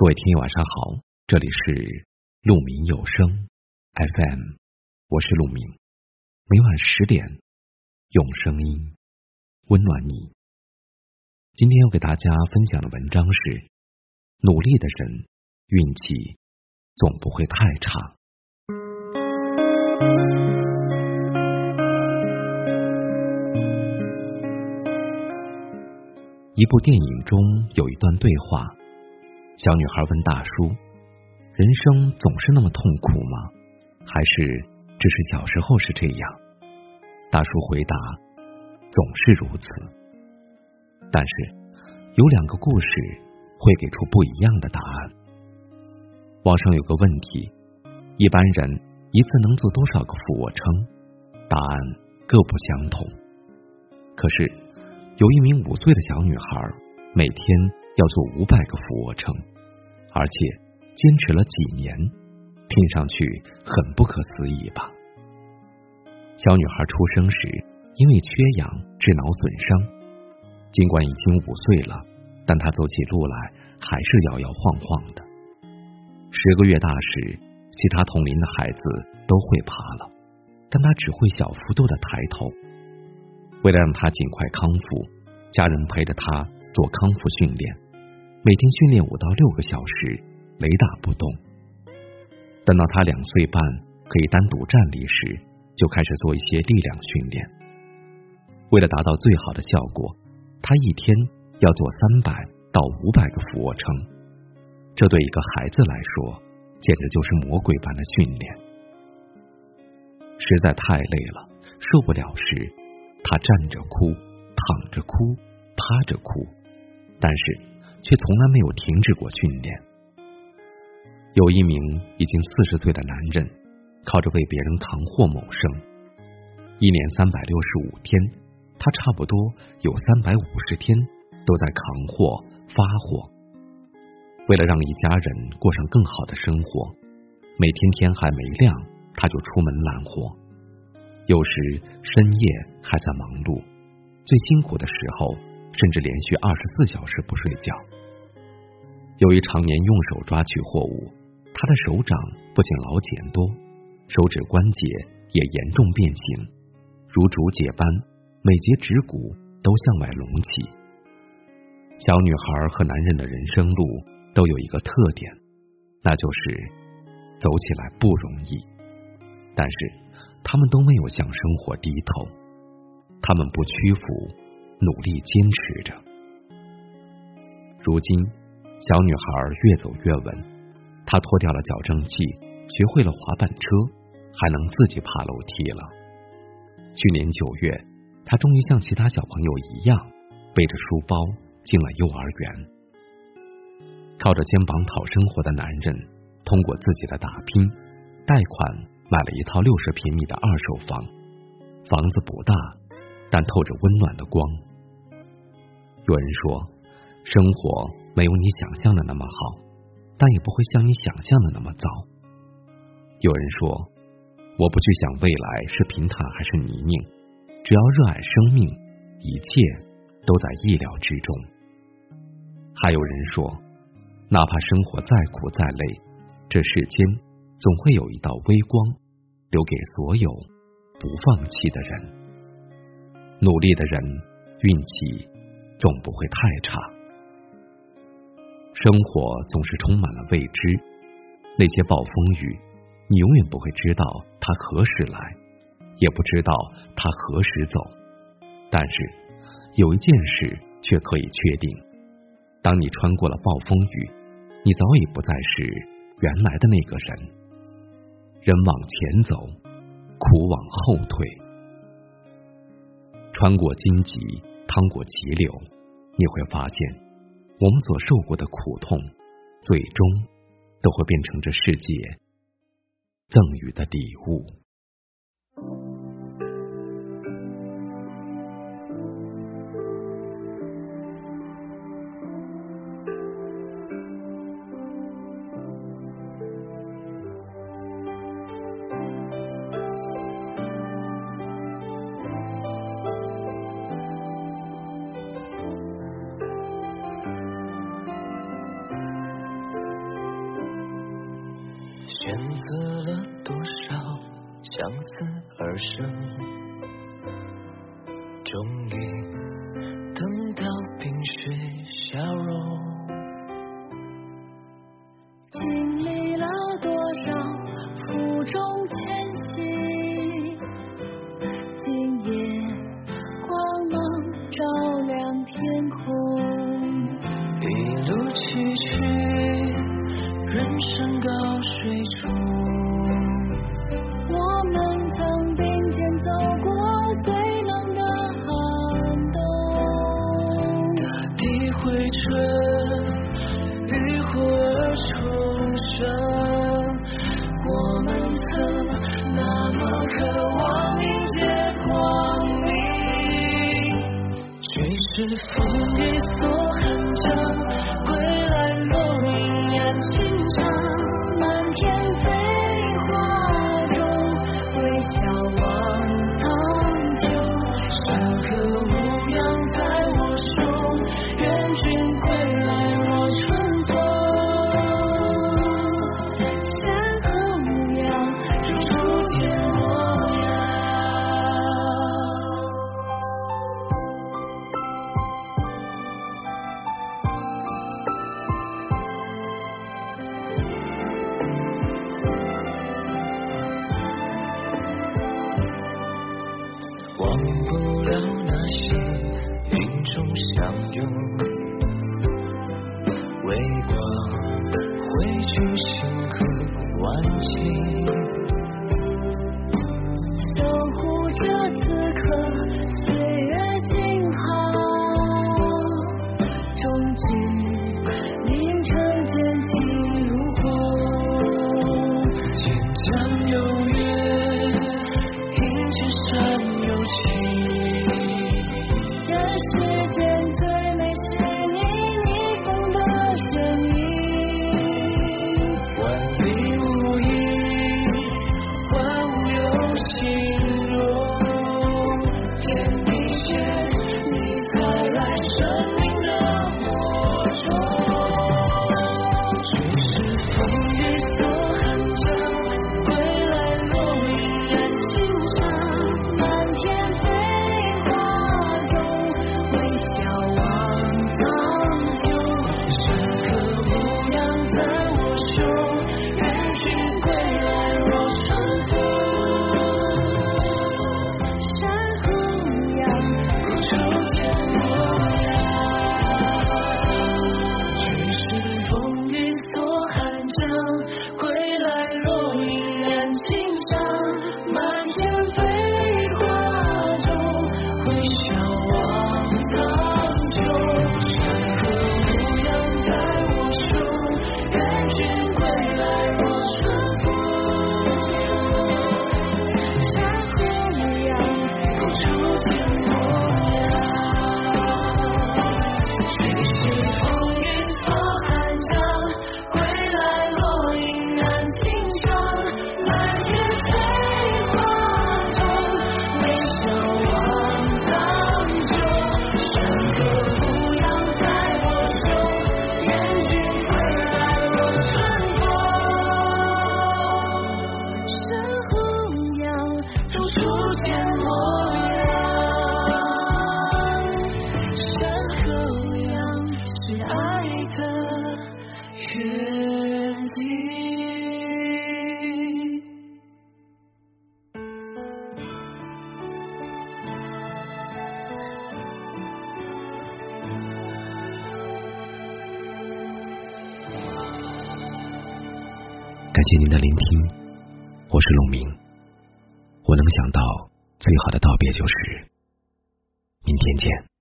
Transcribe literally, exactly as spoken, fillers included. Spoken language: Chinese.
各位听友晚上好，这里是鹿鸣有声 F M， 我是鹿鸣，每晚十点用声音温暖你。今天要给大家分享的文章是：努力的人运气总不会太差。一部电影中有一段对话，小女孩问大叔，人生总是那么痛苦吗？还是只是小时候是这样？大叔回答，总是如此。但是有两个故事会给出不一样的答案。网上有个问题，一般人一次能做多少个俯卧撑？答案各不相同。可是有一名五岁的小女孩，每天要做五百个俯卧撑，而且坚持了几年，听上去很不可思议吧？小女孩出生时因为缺氧致脑损伤，尽管已经五岁了，但她走起路来还是摇摇晃晃的。十个月大时，其他同龄的孩子都会爬了，但她只会小幅度的抬头。为了让她尽快康复，家人陪着她做康复训练，每天训练五到六个小时，雷打不动。等到她两岁半可以单独站立时，就开始做一些力量训练。为了达到最好的效果，她一天要做三百到五百个俯卧撑，这对一个孩子来说，简直就是魔鬼般的训练。实在太累了，受不了时，她站着哭，躺着哭，趴着哭，但是却从来没有停止过训练。有一名已经四十岁的男人，靠着为别人扛货谋生，一年三百六十五天，他差不多有三百五十天都在扛货发货。为了让一家人过上更好的生活，每天天还没亮他就出门揽货，有时深夜还在忙碌，最辛苦的时候甚至连续二十四小时不睡觉。由于常年用手抓取货物，他的手掌不仅老茧多，手指关节也严重变形，如竹节般，每节指骨都向外隆起。小女孩和男人的人生路都有一个特点，那就是走起来不容易，但是他们都没有向生活低头，他们不屈服，努力坚持着。如今小女孩越走越稳，她脱掉了矫正器，学会了滑板车，还能自己爬楼梯了。去年九月，她终于像其他小朋友一样，背着书包进了幼儿园。靠着肩膀讨生活的男人，通过自己的打拼，贷款买了一套六十平米的二手房，房子不大，但透着温暖的光。有人说，生活没有你想象的那么好，但也不会像你想象的那么糟。有人说，我不去想未来是平坦还是泥泞，只要热爱生命，一切都在意料之中。还有人说，哪怕生活再苦再累，这世间总会有一道微光，留给所有不放弃的人。努力的人运气总不会太差。生活总是充满了未知，那些暴风雨，你永远不会知道它何时来，也不知道它何时走。但是有一件事却可以确定，当你穿过了暴风雨，你早已不再是原来的那个人。人往前走，苦往后退。穿过荆棘，趟过急流，你会发现，我们所受过的苦痛，最终都会变成这世界赠予的礼物。 选择了多少相思而生，终于等到冰雪消融。 经历了多少负重前行，今夜光芒照亮天空。 一路崎岖，人生高水中， 我们曾并肩走过最冷的寒冬。 大地回春，浴火而重生，我们曾那么渴望迎接光明。谁是风雨所寒江，归来落英眼睛长， 满天飞花中微笑望苍穹。 山河无恙在我手，愿君归来若春风。 山河无恙， 如初见模样。忘不了那些云中相拥，微光汇聚星空万顷， 守护着此刻岁月静好，终究凌晨间起如虹。 千江有月，映千山有情。 人世间最美是你逆风的身影。 万里无影，万物有形容。天地间，你才来生命的火中。谁是风雨所寒江，归来落英眼睛长。 满天飞花中微笑望苍穹。 山河无恙在我手，愿君归来若春风。 山河无恙， 如初见模样。谁是风雨所寒江，归来落英眼睛长。满天飞花中微笑望苍穹。山河无恙在我手，愿君归来若春风。 山河无恙， 如初见模样。谁是风雨所寒江，归来落英眼睛长。满天飞花中微笑望苍穹。山河无恙在我手，愿君归来若春风。 山河无恙， 如初见模样。 山河无恙， 是爱的约定。 感谢您的聆听，我是陆明。我能想到最好的道别就是明天见。